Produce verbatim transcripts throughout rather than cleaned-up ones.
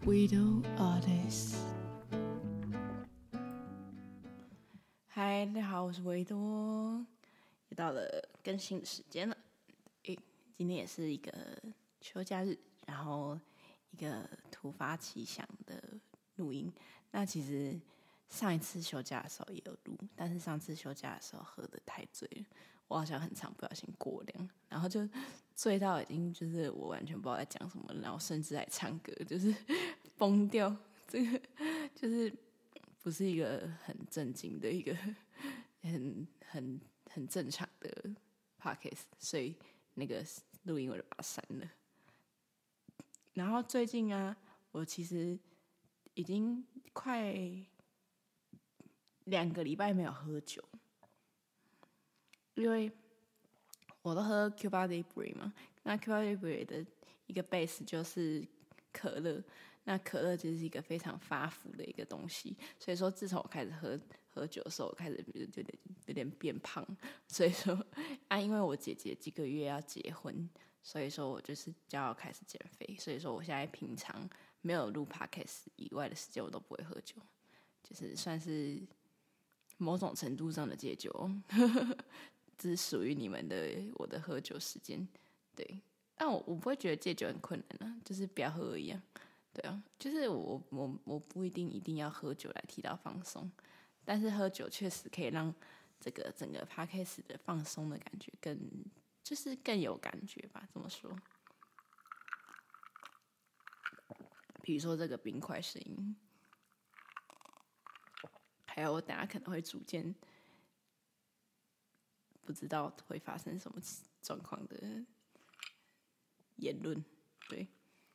Widow Artist。嗨，大家好，我是维多，又到了更新的时间了。诶，今天也是一个休假日，然后一个突发奇想的录音。那其实上一次休假的时候也有录，但是上次休假的时候喝得太醉了，我好像很常不小心过量，然后就醉到已经就是我完全不知道在讲什么，然后甚至还唱歌，就是崩掉。这个就是不是一个很正经的一个很很很正常的 podcast， 所以那个录音我就把它删了。然后最近啊，我其实已经快两个礼拜没有喝酒，因为我都喝 Cuba Libre 嘛，那 Cuba Libre 的一个 base 就是可乐，那可乐就是一个非常发福的一个东西，所以说自从我开始喝喝酒的时候，我开始有点有点变胖，所以说啊，因为我姐姐几个月要结婚，所以说我就是就要开始减肥，所以说我现在平常没有录 podcast 以外的时间我都不会喝酒，就是算是某种程度上的戒酒。这是属于你们的我的喝酒时间，对，但我我不会觉得戒酒很困难啊，就是不要喝而已啊，对啊，就是我我我不一定一定要喝酒来提到放松，但是喝酒确实可以让这个整个 podcast 的放松的感觉更就是更有感觉吧，这么说。比如说这个冰块声音，还有我等下可能会逐渐不知道会发生什么状况的言论，对。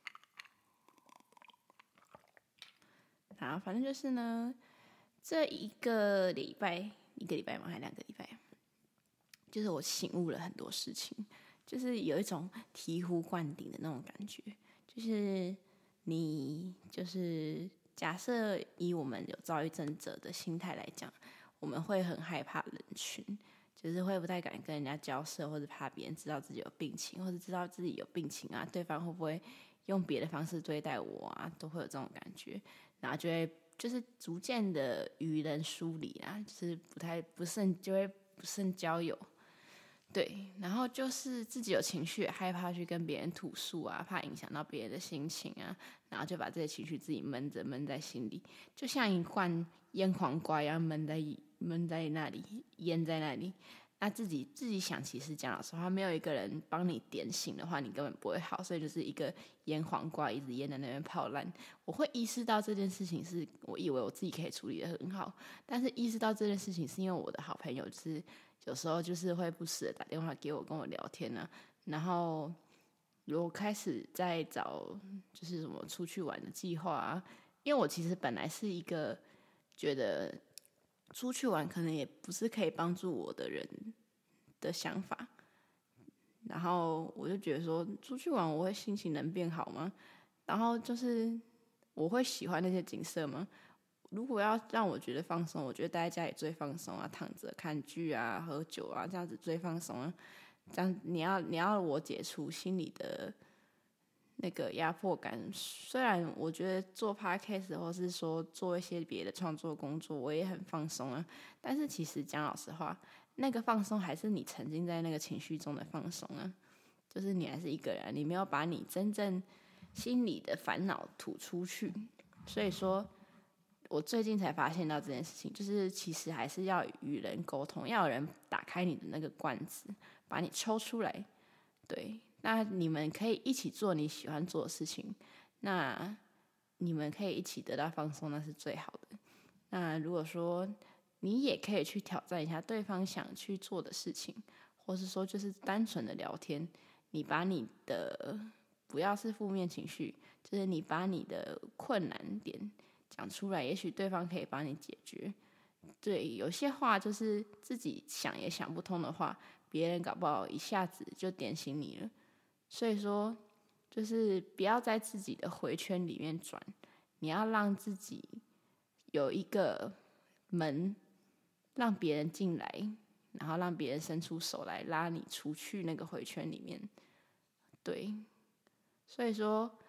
好，反正就是呢，这一个礼拜，一个礼拜吗？还两个礼拜？就是我醒悟了很多事情，就是有一种醍醐灌顶的那种感觉。就是你，就是假设以我们有躁郁症者的心态来讲，我们会很害怕人群。就是会不太敢跟人家交涉，或者怕别人知道自己有病情，或者知道自己有病情啊，对方会不会用别的方式对待我啊，都会有这种感觉，然后就会就是逐渐的与人疏离啊，就是不太不慎就会不慎交友，对，然后就是自己有情绪，害怕去跟别人吐诉啊，怕影响到别人的心情啊，然后就把这些情绪自己闷着闷在心里，就像一罐腌黄瓜一样闷在闷在那里，腌在那里。那自己自己想，其实讲老实话，没有一个人帮你点醒的话，你根本不会好。所以就是一个腌黄瓜，一直腌在那边泡烂。我会意识到这件事情是，我以为我自己可以处理得很好，但是意识到这件事情是因为我的好朋友，就是有时候就是会不时的打电话给我，跟我聊天啊，然后我开始在找就是什么出去玩的计划啊，因为我其实本来是一个觉得出去玩可能也不是可以帮助我的人的想法，然后我就觉得说出去玩我会心情能变好吗？然后就是我会喜欢那些景色吗？如果要让我觉得放松，我觉得待在家里最放松啊，躺着看剧啊，喝酒啊，这样子最放松啊。这样你要你要我解除心里的那个压迫感，虽然我觉得做 podcast 或是说做一些别的创作工作，我也很放松啊。但是其实讲老实话，那个放松还是你沉浸在那个情绪中的放松啊。就是你还是一个人，你没有把你真正心里的烦恼吐出去。所以说，我最近才发现到这件事情，就是其实还是要与人沟通，要有人打开你的那个罐子，把你抽出来。对。那你们可以一起做你喜欢做的事情，那你们可以一起得到放松，那是最好的。那如果说你也可以去挑战一下对方想去做的事情，或是说就是单纯的聊天，你把你的不要是负面情绪，就是你把你的困难点讲出来，也许对方可以帮你解决。对，有些话就是自己想也想不通的话，别人搞不好一下子就点醒你了。所以说，就是不要在自己的回圈里面转，你要让自己有一个门，让别人进来，然后让别人伸出手来拉你出去那个回圈里面。对，所以说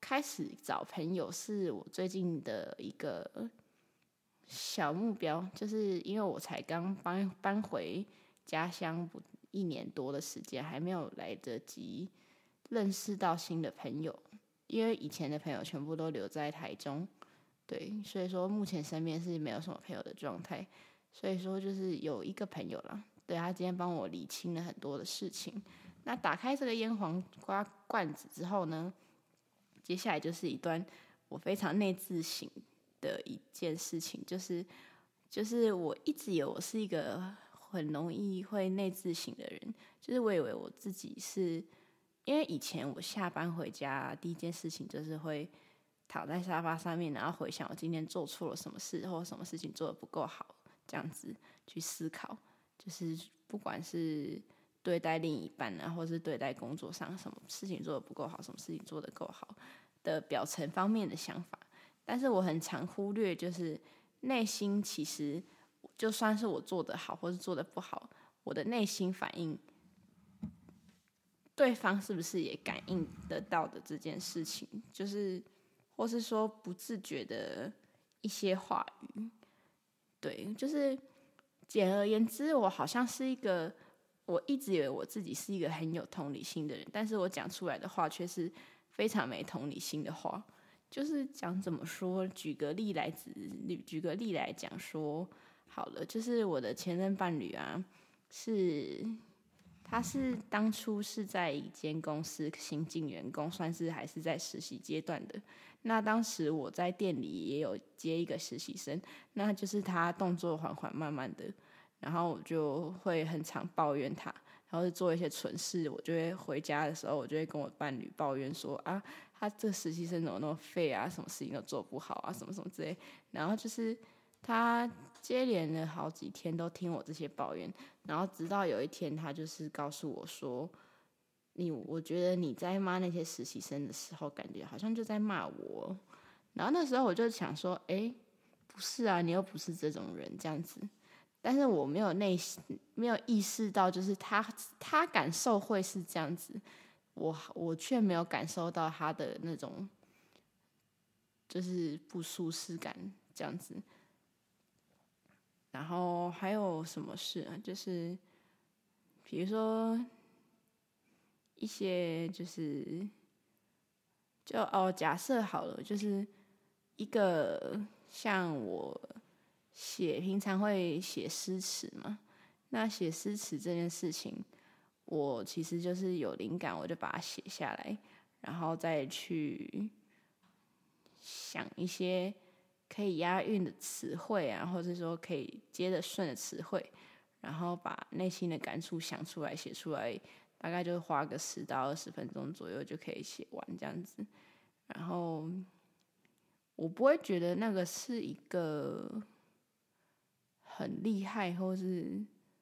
开始找朋友是我最近的一个小目标，就是因为我才刚搬搬回家乡不一年多的时间，还没有来得及认识到新的朋友，因为以前的朋友全部都留在台中，对，所以说目前身边是没有什么朋友的状态，所以说就是有一个朋友啦，对，他今天帮我理清了很多的事情。那打开这个腌黄瓜罐子之后呢，接下来就是一段我非常内自省的一件事情，就是就是我一直以为我是一个很容易会内自省的人，就是我以为我自己是，因为以前我下班回家第一件事情就是会躺在沙发上面，然后回想我今天做错了什么事，或者什么事情做得不够好，这样子去思考，就是不管是对待另一半啊，或是对待工作上什么事情做得不够好，什么事情做得够好的表层方面的想法，但是我很常忽略，就是内心其实就算是我做得好或是做得不好，我的内心反应，对方是不是也感应得到的这件事情，就是或是说不自觉的一些话语，对，就是简而言之，我好像是一个，我一直以为我自己是一个很有同理心的人，但是我讲出来的话却是非常没同理心的话。就是讲怎么说，举个例来举个例来讲说好了，就是我的前任伴侣啊，是他是当初是在一间公司新进员工，算是还是在实习阶段的。那当时我在店里也有接一个实习生，那就是他动作缓缓慢慢的，然后我就会很常抱怨他，然后做一些蠢事，我就会回家的时候，我就会跟我伴侣抱怨说啊，他这个实习生怎么那么废啊，什么事情都做不好啊，什么什么之类。然后就是他接连了好几天都听我这些抱怨，然后直到有一天，他就是告诉我说，你我觉得你在骂那些实习生的时候，感觉好像就在骂我。然后那时候我就想说，哎，不是啊，你又不是这种人，这样子。但是我没有内心没有意识到，就是他他感受会是这样子，我我却没有感受到他的那种就是不舒适感这样子。然后还有什么事啊？就是比如说一些就是就哦，假设好了，就是一个像我写平常会写诗词嘛，那写诗词这件事情，我其实就是有灵感，我就把它写下来，然后再去想一些可以押韵的词汇啊，或者说可以接得顺的词汇，然后把内心的感触想出来写出来，大概就花个十到二十分钟左右就可以写完这样子。然后我不会觉得那个是一个很厉害，或是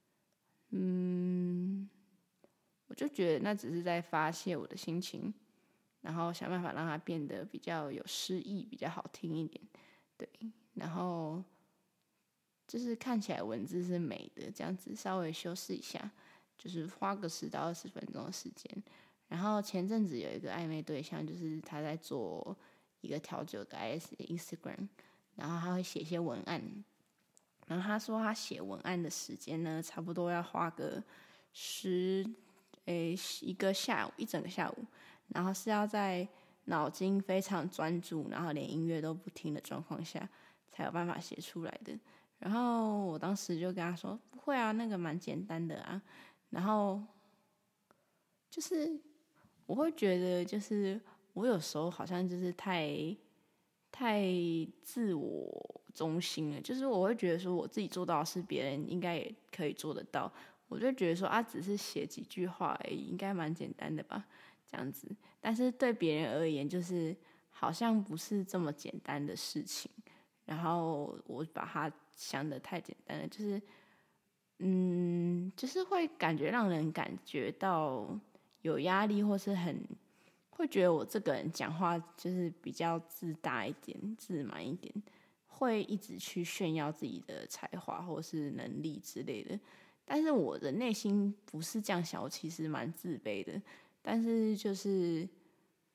嗯，我就觉得那只是在发泄我的心情，然后想办法让它变得比较有诗意，比较好听一点。对，然后就是看起来文字是美的，这样子稍微修饰一下，就是花个十到二十分钟的时间。然后前阵子有一个暧昧对象，就是他在做一个调酒的 I S Instagram， 然后他会写一些文案，然后他说他写文案的时间呢，差不多要花个十诶一个下午，一整个下午，然后是要在脑筋非常专注，然后连音乐都不听的状况下，才有办法写出来的。然后我当时就跟他说，不会啊，那个蛮简单的啊。然后就是我会觉得，就是我有时候好像就是太太自我中心了，就是我会觉得说我自己做到的事，别人应该也可以做得到。我就觉得说啊，只是写几句话而已，应该蛮简单的吧，这样子。但是对别人而言，就是好像不是这么简单的事情。然后我把它想得太简单了，就是嗯，就是会感觉让人感觉到有压力，或是很会觉得我这个人讲话就是比较自大一点、自满一点，会一直去炫耀自己的才华或是能力之类的。但是我的内心不是这样想，我其实蛮自卑的。但是就是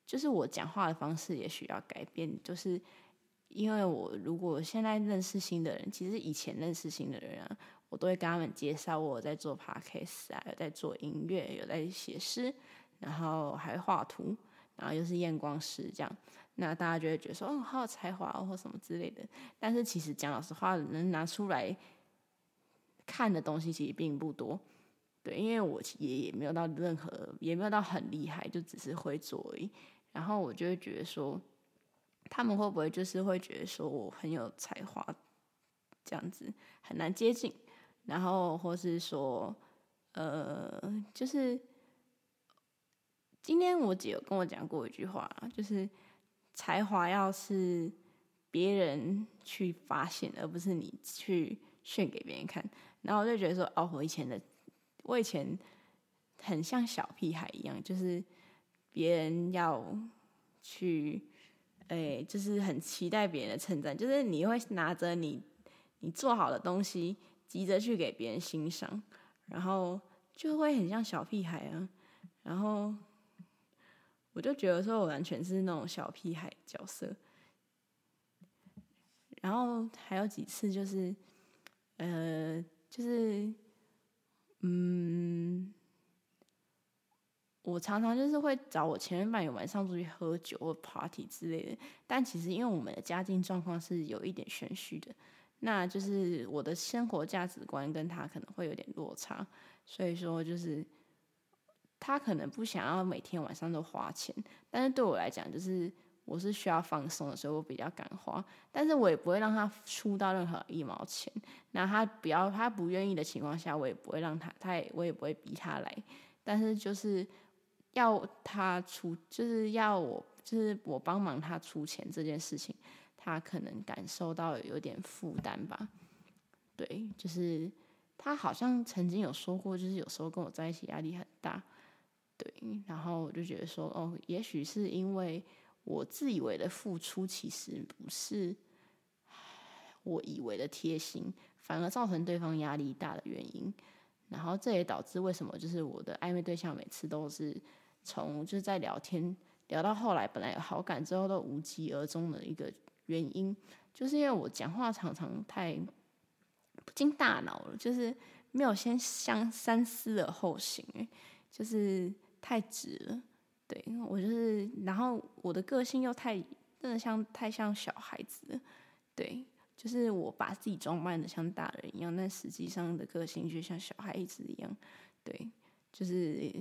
就是我讲话的方式也许要改变，就是因为我如果现在认识新的人，其实以前认识新的人啊，我都会跟他们介绍我有在做 podcast 啊，有在做音乐，有在写诗，然后还会画图，然后又是验光师这样，那大家就会觉得说，哦，好有才华哦，或什么之类的。但是其实讲老实话，能拿出来看的东西其实并不多，对，因为我也也没有到任何，也没有到很厉害，就只是会做而已。然后我就会觉得说，他们会不会就是会觉得说我很有才华，这样子很难接近，然后或是说，呃，就是今天我姐有跟我讲过一句话，就是才华要是别人去发现，而不是你去炫给别人看。然后我就觉得说，哦，我以前的，我以前很像小屁孩一样，就是别人要去，哎，就是很期待别人的称赞，就是你会拿着你你做好的东西，急着去给别人欣赏，然后就会很像小屁孩啊。然后我就觉得说，我完全是那种小屁孩角色。然后还有几次就是，呃，就是，嗯，我常常就是会找我前面伴侣晚上出去喝酒或 party 之类的，但其实因为我们的家境状况是有一点悬殊的，那就是我的生活价值观跟他可能会有点落差，所以说就是他可能不想要每天晚上都花钱，但是对我来讲，就是我是需要放松的，所以我比较敢花，但是我也不会让他出到任何一毛钱。那他不要他不愿意的情况下，我也不会让他，他也我也不会逼他来，但是就是要他出，就是要我，就是我帮忙他出钱这件事情，他可能感受到有点负担吧。对，就是他好像曾经有说过，就是有时候跟我在一起压力很大。对，然后我就觉得说，哦，也许是因为我自以为的付出，其实不是我以为的贴心，反而造成对方压力大的原因。然后这也导致为什么就是我的暧昧对象每次都是从就是在聊天聊到后来本来有好感之后都无疾而终的一个原因，就是因为我讲话常常太不经大脑了，就是没有先想三思而后行，就是太直了。对，我就是，然后我的个性又太真的像太像小孩子了。对，就是我把自己装扮的像大人一样，但实际上的个性就像小孩子一样。对，就是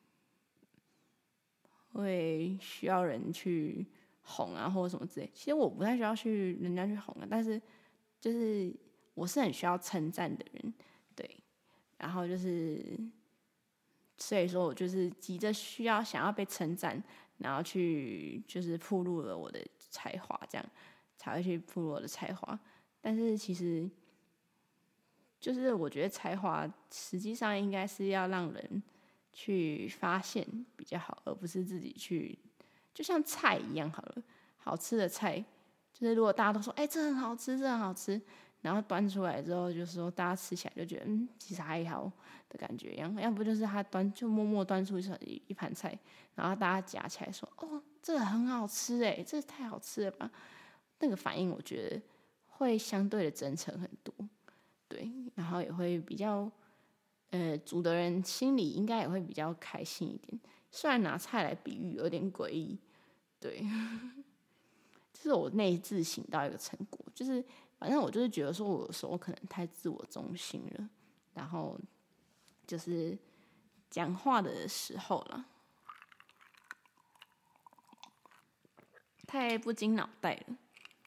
会需要人去哄啊，或者什么之类。其实我不太需要去人家去哄啊，但是就是我是很需要称赞的人。对，然后就是。所以说我就是急着需要想要被称赞，然后去就是暴露了我的才华，这样才会去暴露我的才华。但是其实就是我觉得才华实际上应该是要让人去发现比较好，而不是自己去，就像菜一样好了，好吃的菜，就是如果大家都说哎、欸、这很好吃，这很好吃。然后端出来之后，就是说大家吃起来就觉得嗯，其实还好的感觉一样。要不就是他端就默默端出一一盘菜，然后大家夹起来说哦，这个很好吃哎，这个太好吃了吧？那个反应我觉得会相对的真诚很多，对，然后也会比较呃煮的人心里应该也会比较开心一点。虽然拿菜来比喻有点诡异，对，这是我内自省到一个成果，就是反正我就是觉得说，我有时候可能太自我中心了，然后就是讲话的时候啦，太不经脑袋了。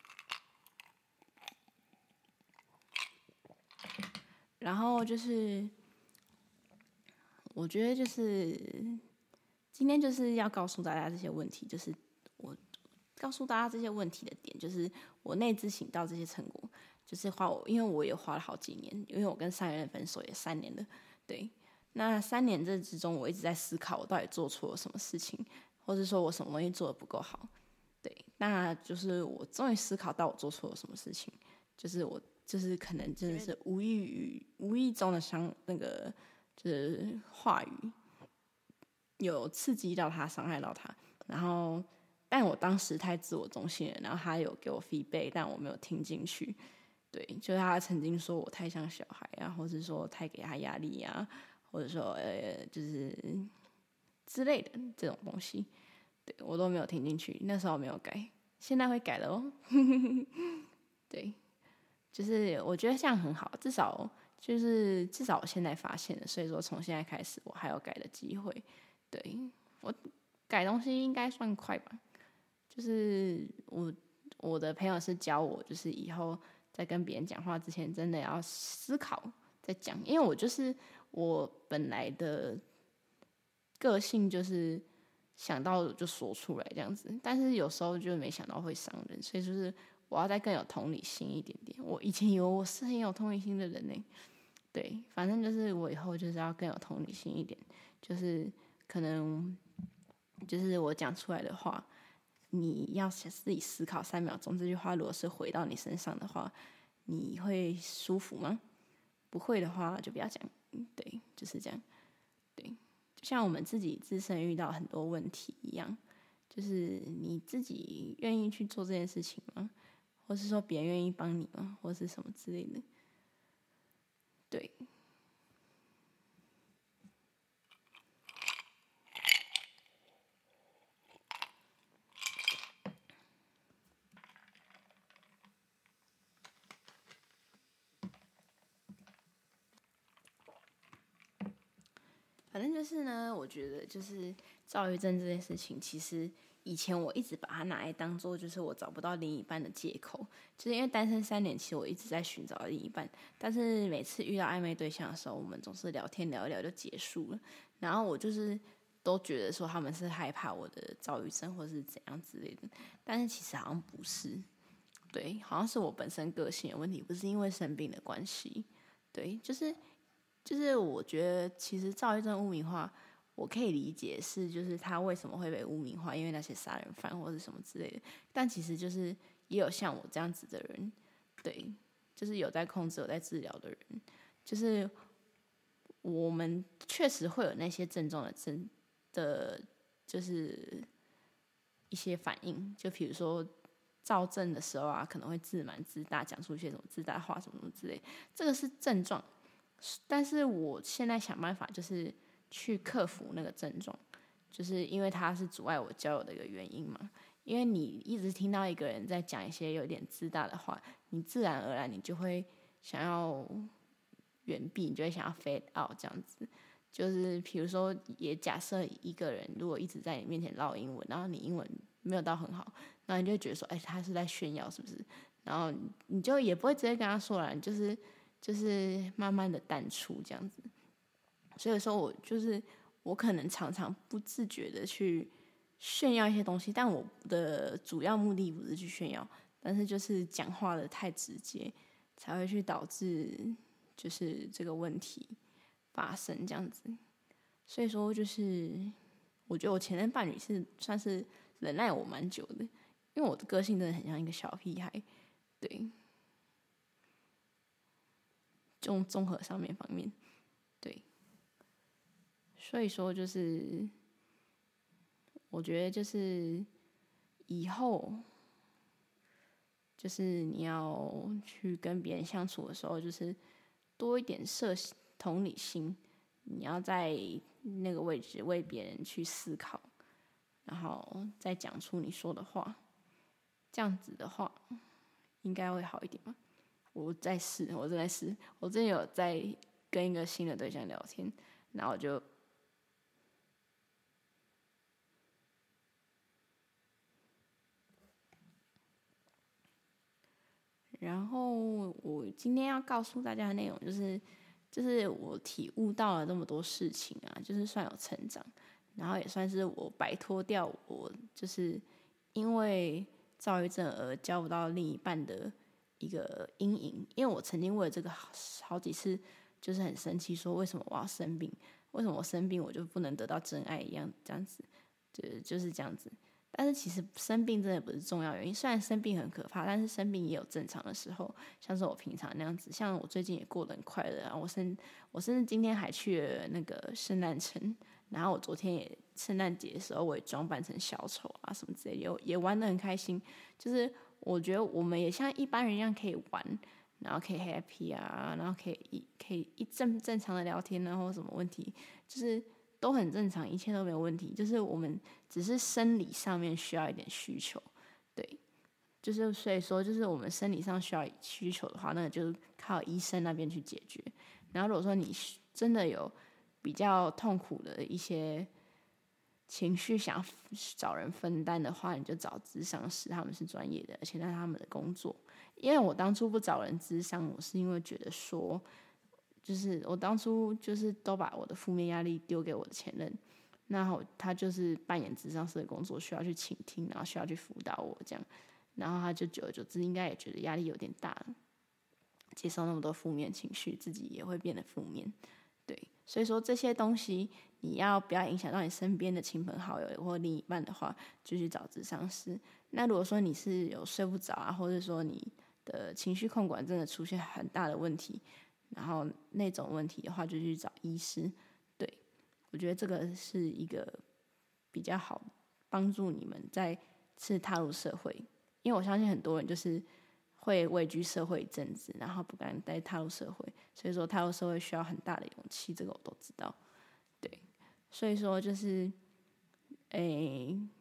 然后就是，我觉得就是今天就是要告诉大家这些问题，就是我告诉大家这些问题的点，就是我内自省到这些成果，就是花我，因为我也花了好几年，因为我跟上一任分手也三年了，对，那三年这之中，我一直在思考我到底做错了什么事情，或者说我什么东西做的不够好，对，那就是我终于思考到我做错了什么事情，就是我就是可能真的是无意语无意中的伤那个就是话语有刺激到他，伤害到他。 然后但我当时太自我中心了，然后他有给我 feedback， 但我没有听进去。对，就是他曾经说我太像小孩啊，或是说太给他压力啊，或者说呃就是之类的这种东西，对我都没有听进去，那时候没有改，现在会改了哦。对，就是我觉得这样很好，至少就是至少我现在发现了，所以说从现在开始我还有改的机会。对，我改东西应该算快吧，就是我我的朋友是教我，就是以后在跟别人讲话之前，真的要思考再讲，因为我就是我本来的个性就是想到就说出来这样子，但是有时候就没想到会伤人，所以就是我要再更有同理心一点点。我以前以为我是很有同理心的人呢，对，反正就是我以后就是要更有同理心一点，就是可能就是我讲出来的话，你要自己思考三秒钟，这句话如果是回到你身上的话，你会舒服吗？不会的话就不要讲。对，就是这样。对，就像我们自己自身遇到很多问题一样，就是你自己愿意去做这件事情吗？或是说别人愿意帮你吗？或是什么之类的。对。反正就是呢，我觉得就是躁郁症这件事情，其实以前我一直把它拿来当做就是我找不到另一半的借口，就是因为单身三年，其实我一直在寻找另一半，但是每次遇到暧昧对象的时候，我们总是聊天聊一聊就结束了，然后我就是都觉得说他们是害怕我的躁郁症或是怎样之类的，但是其实好像不是，对，好像是我本身个性的问题，不是因为生病的关系，对，就是。就是我觉得其实躁郁症污名化，我可以理解是就是他为什么会被污名化，因为那些杀人犯或者什么之类的。但其实就是也有像我这样子的人，对，就是有在控制、有在治疗的人，就是我们确实会有那些症状的症的，就是一些反应，就比如说躁症的时候啊，可能会自满自大，讲出一些什么自大话什么什么之类，这个是症状。但是我现在想办法就是去克服那个症状，就是因为它是阻碍我交友的一个原因嘛。因为你一直听到一个人在讲一些有点自大的话，你自然而然你就会想要远避，你就会想要 fade out 这样子。就是比如说，也假设一个人如果一直在你面前唠英文，然后你英文没有到很好，然后你就会觉得说，哎、欸，他是在炫耀是不是？然后你就也不会直接跟他说了，就是。就是慢慢的淡出这样子，所以说我就是我可能常常不自觉的去炫耀一些东西，但我的主要目的不是去炫耀，但是就是讲话的太直接，才会去导致就是这个问题发生这样子。所以说就是我觉得我前任伴侣是算是忍耐我蛮久的，因为我的个性真的很像一个小屁孩，对。综综合上面方面，对，所以说就是我觉得就是以后就是你要去跟别人相处的时候，就是多一点设同理心，你要在那个位置为别人去思考，然后再讲出你说的话，这样子的话应该会好一点吧。我在试，我正在试。我最近有在跟一个新的对象聊天，然后我就，然后我今天要告诉大家的内容就是，就是我体悟到了这么多事情啊，就是算有成长，然后也算是我摆脱掉我就是因为躁郁症而交不到另一半的一个阴影，因为我曾经为了这个好好几次，就是很生气，说为什么我要生病？为什么我生病我就不能得到真爱一样这样子？就就是这样子。但是其实生病真的不是重要原因，虽然生病很可怕，但是生病也有正常的时候，像是我平常那样子。像我最近也过得很快乐啊，我甚我甚至今天还去了那个圣诞城， 然后我昨天也圣诞节的时候，我也装扮成小丑啊什么之类的，也也玩得很开心。就是我觉得我们也像一般人一样可以玩，然后可以 happy 啊，然后可以一可以一正正常的聊天啊，或什么问题，就是都很正常，一切都没有问题。就是我们只是生理上面需要一点需求，对，就是所以说，就是我们生理上需要需求的话，那个就是靠医生那边去解决。然后如果说你真的有比较痛苦的一些情绪想找人分担的话，你就找咨商师，他们是专业的，而且那是他们的工作。因为我当初不找人咨商，我是因为觉得说，就是我当初就是都把我的负面压力丢给我的前任，然后他就是扮演咨商师的工作，需要去倾听，然后需要去辅导我这样，然后他就久而久之应该也觉得压力有点大了，接受那么多负面情绪，自己也会变得负面。对，所以说这些东西你要不要影响到你身边的亲朋好友或另一半的话，就去找咨商师。那如果说你是有睡不着啊，或者说你的情绪控管真的出现很大的问题，然后那种问题的话，就去找医师。对，我觉得这个是一个比较好帮助你们再次踏入社会，因为我相信很多人就是会畏惧社会一阵子，然后不敢再踏入社会，所以说踏入社会需要很大的勇气，这个我都知道。对，所以说就是，诶、欸，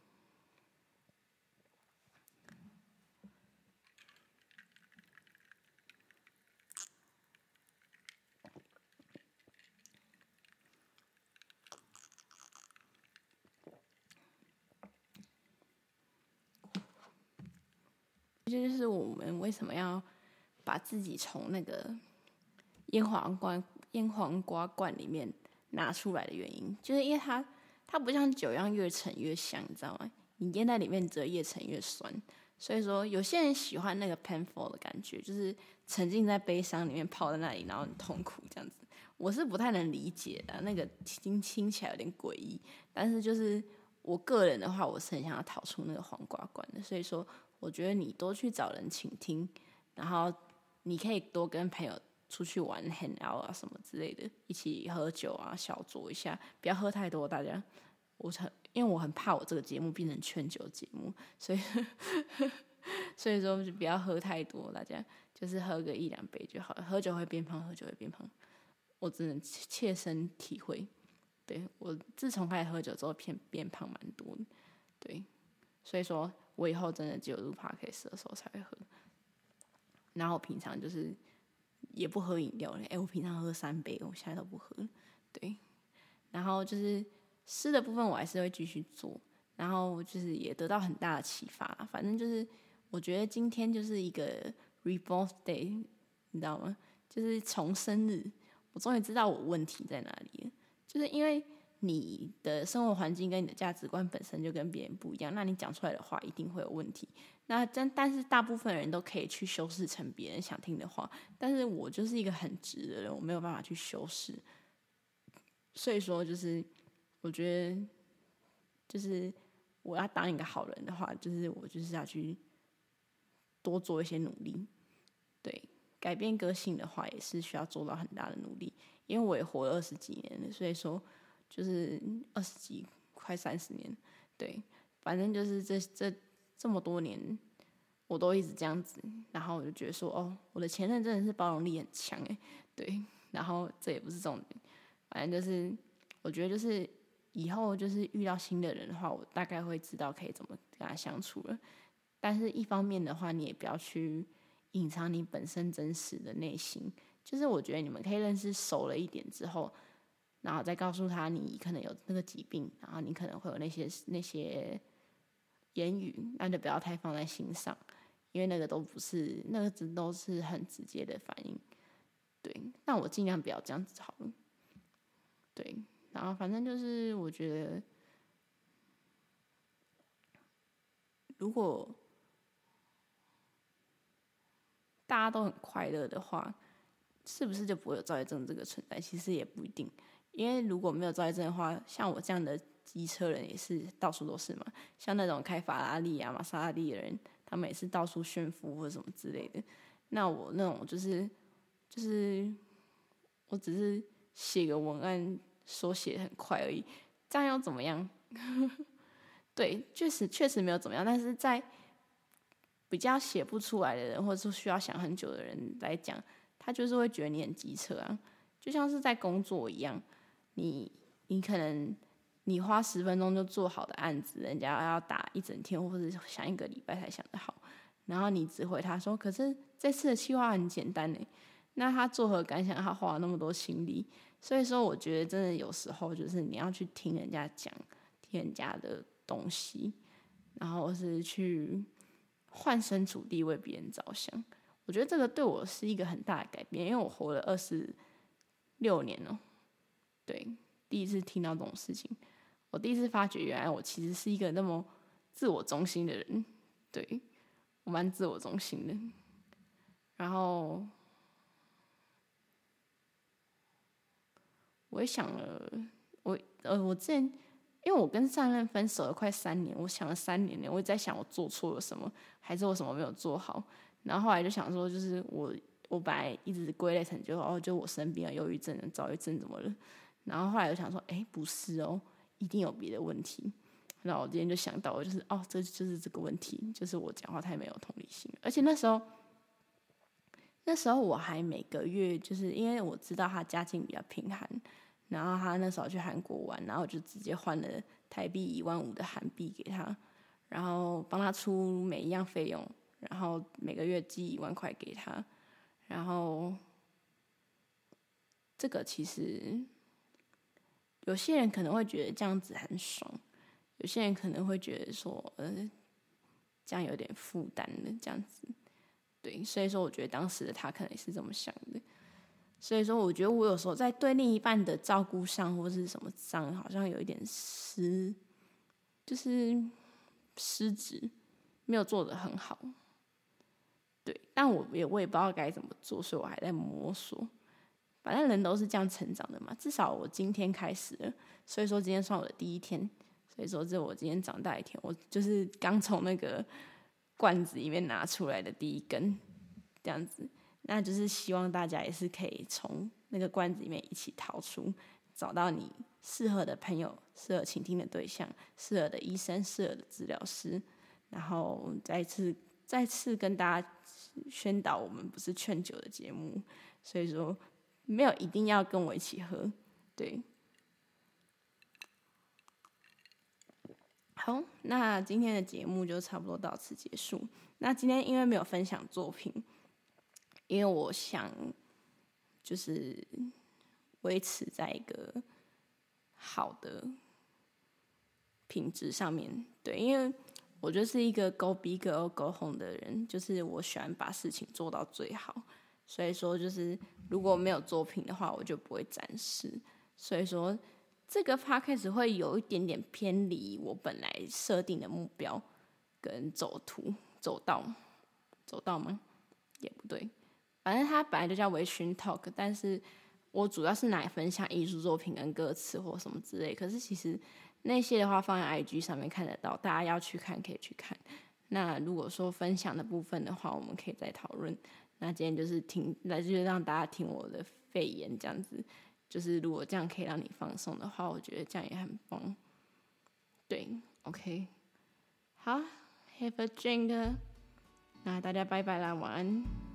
这就是我们为什么要把自己从那个腌黄瓜腌黄瓜罐里面拿出来的原因，就是因为它它不像酒一样越陈越香，你知道吗？你腌在里面，只会越陈越酸。所以说，有些人喜欢那个 painful 的感觉，就是沉浸在悲伤里面，泡在那里，然后很痛苦这样子。我是不太能理解的，那个听听起来有点诡异。但是就是我个人的话，我是很想要逃出那个黄瓜罐的。所以说，我觉得你多去找人倾听，然后你可以多跟朋友出去玩 hang out 啊什么之类的，一起喝酒啊，小酌一下，不要喝太多，大家。我很因为我很怕我这个节目变成劝酒节目，所以所以说就不要喝太多，大家就是喝个一两杯就好了。喝酒会变胖，喝酒会变胖，我只能切身体会。对，我自从开始喝酒之后变变胖蛮多的，对，所以说我以后真的只有录 podcast 的时候才会喝，然后我平常就是也不喝饮料了，哎、欸，我平常喝三杯，我现在都不喝，对，然后就是吃的部分我还是会继续做，然后就是也得到很大的启发，反正就是我觉得今天就是一个 rebirth day， 你知道吗？就是重生日，我终于知道我问题在哪里了，就是因为你的生活环境跟你的价值观本身就跟别人不一样，那你讲出来的话一定会有问题。那但但是大部分人都可以去修饰成别人想听的话，但是我就是一个很直的人，我没有办法去修饰。所以说，就是我觉得，就是我要当一个好人的话，就是我就是要去多做一些努力。对，改变个性的话，也是需要做到很大的努力。因为我也活了二十几年了，所以说就是二十几快三十年，对，反正就是这这这么多年，我都一直这样子。然后我就觉得说，哦，我的前任真的是包容力很强哎，对。然后这也不是重点，反正就是我觉得就是以后就是遇到新的人的话，我大概会知道可以怎么跟他相处了。但是一方面的话，你也不要去隐藏你本身真实的内心。就是我觉得你们可以认识熟了一点之后，然后再告诉他你可能有那个疾病，然后你可能会有那些那些言语，那就不要太放在心上，因为那个都不是，那个只都是很直接的反应。对，那我尽量不要这样子好了。对，然后反正就是我觉得，如果大家都很快乐的话，是不是就不会有躁郁症这个存在？其实也不一定，因为如果没有躁郁症的话，像我这样的机车人也是到处都是嘛。像那种开法拉利啊、玛莎拉蒂的人，他们也是到处炫富或者什么之类的。那我那种就是就是，我只是写个文案说写很快而已， 这样又怎么样？对，确实确实没有怎么样，但是在比较写不出来的人，或者说需要想很久的人来讲，他就是会觉得你很机车啊，就像是在工作一样，你你可能你花十分钟就做好的案子，人家要打一整天或者想一个礼拜才想得好，然后你只回他说，可是这次的计划很简单呢，那他作何感想？他花了那么多心力，所以说我觉得真的有时候就是你要去听人家讲，听人家的东西，然后是去换身处地为别人着想。我觉得这个对我是一个很大的改变，因为我活了二十六年了，对，第一次听到这种事情，我第一次发觉原来我其实是一个那么自我中心的人，对，我蛮自我中心的，然后我也想了，我呃，我之前因为我跟上任分手了快三年，我想了三年了，我在想我做错了什么，还是我什么没有做好。然后后来就想说，就是我我本来一直归类成就哦，就我生病了，忧郁症了，躁郁症怎么了？然后后来我想说，哎，不是哦，一定有别的问题。然后我今天就想到，就是哦，这就是这个问题，就是我讲话太没有同理心，而且那时候。那时候我还每个月，就是因为我知道他家境比较贫寒，然后他那时候去韩国玩，然后我就直接换了台币一万五的韩币给他，然后帮他出每一样费用，然后每个月寄一万块给他，然后这个其实有些人可能会觉得这样子很爽，有些人可能会觉得说，呃，这样有点负担的这样子。对，所以说我觉得当时的他可能也是这么想的，所以说我觉得我有时候在对另一半的照顾上或是什么上，好像有一点失，就是失职，没有做得很好。对，但我也我也不知道该怎么做，所以我还在摸索。反正人都是这样成长的嘛，至少我今天开始了，所以说今天算我的第一天，所以说这是我今天长大一天，我就是刚从那个罐子里面拿出来的第一根，这样子，那就是希望大家也是可以从那个罐子里面一起逃出，找到你适合的朋友、适合倾听的对象、适合的医生、适合的治疗师，然后再次再次跟大家宣导，我们不是劝酒的节目，所以说没有一定要跟我一起喝，对。好，那今天的节目就差不多到此结束。那今天因为没有分享作品，因为我想就是维持在一个好的品质上面，对，因为我就是一个 go big or go home 的人，就是我喜欢把事情做到最好，所以说就是如果没有作品的话，我就不会展示，所以说。这个 podcast 会有一点点偏离我本来设定的目标跟走图走道走道吗？也不对，反正它本来就叫微醺 talk， 但是我主要是拿来分享艺术作品跟歌词或什么之类。可是其实那些的话放在 I G 上面看得到，大家要去看可以去看。那如果说分享的部分的话，我们可以再讨论。那今天就是听，那就是让大家听我的肺炎这样子。就是如果这样可以让你放松的话，我觉得这样也很棒。对 ，OK， 好 ，Have a drink， 那大家拜拜啦，晚安。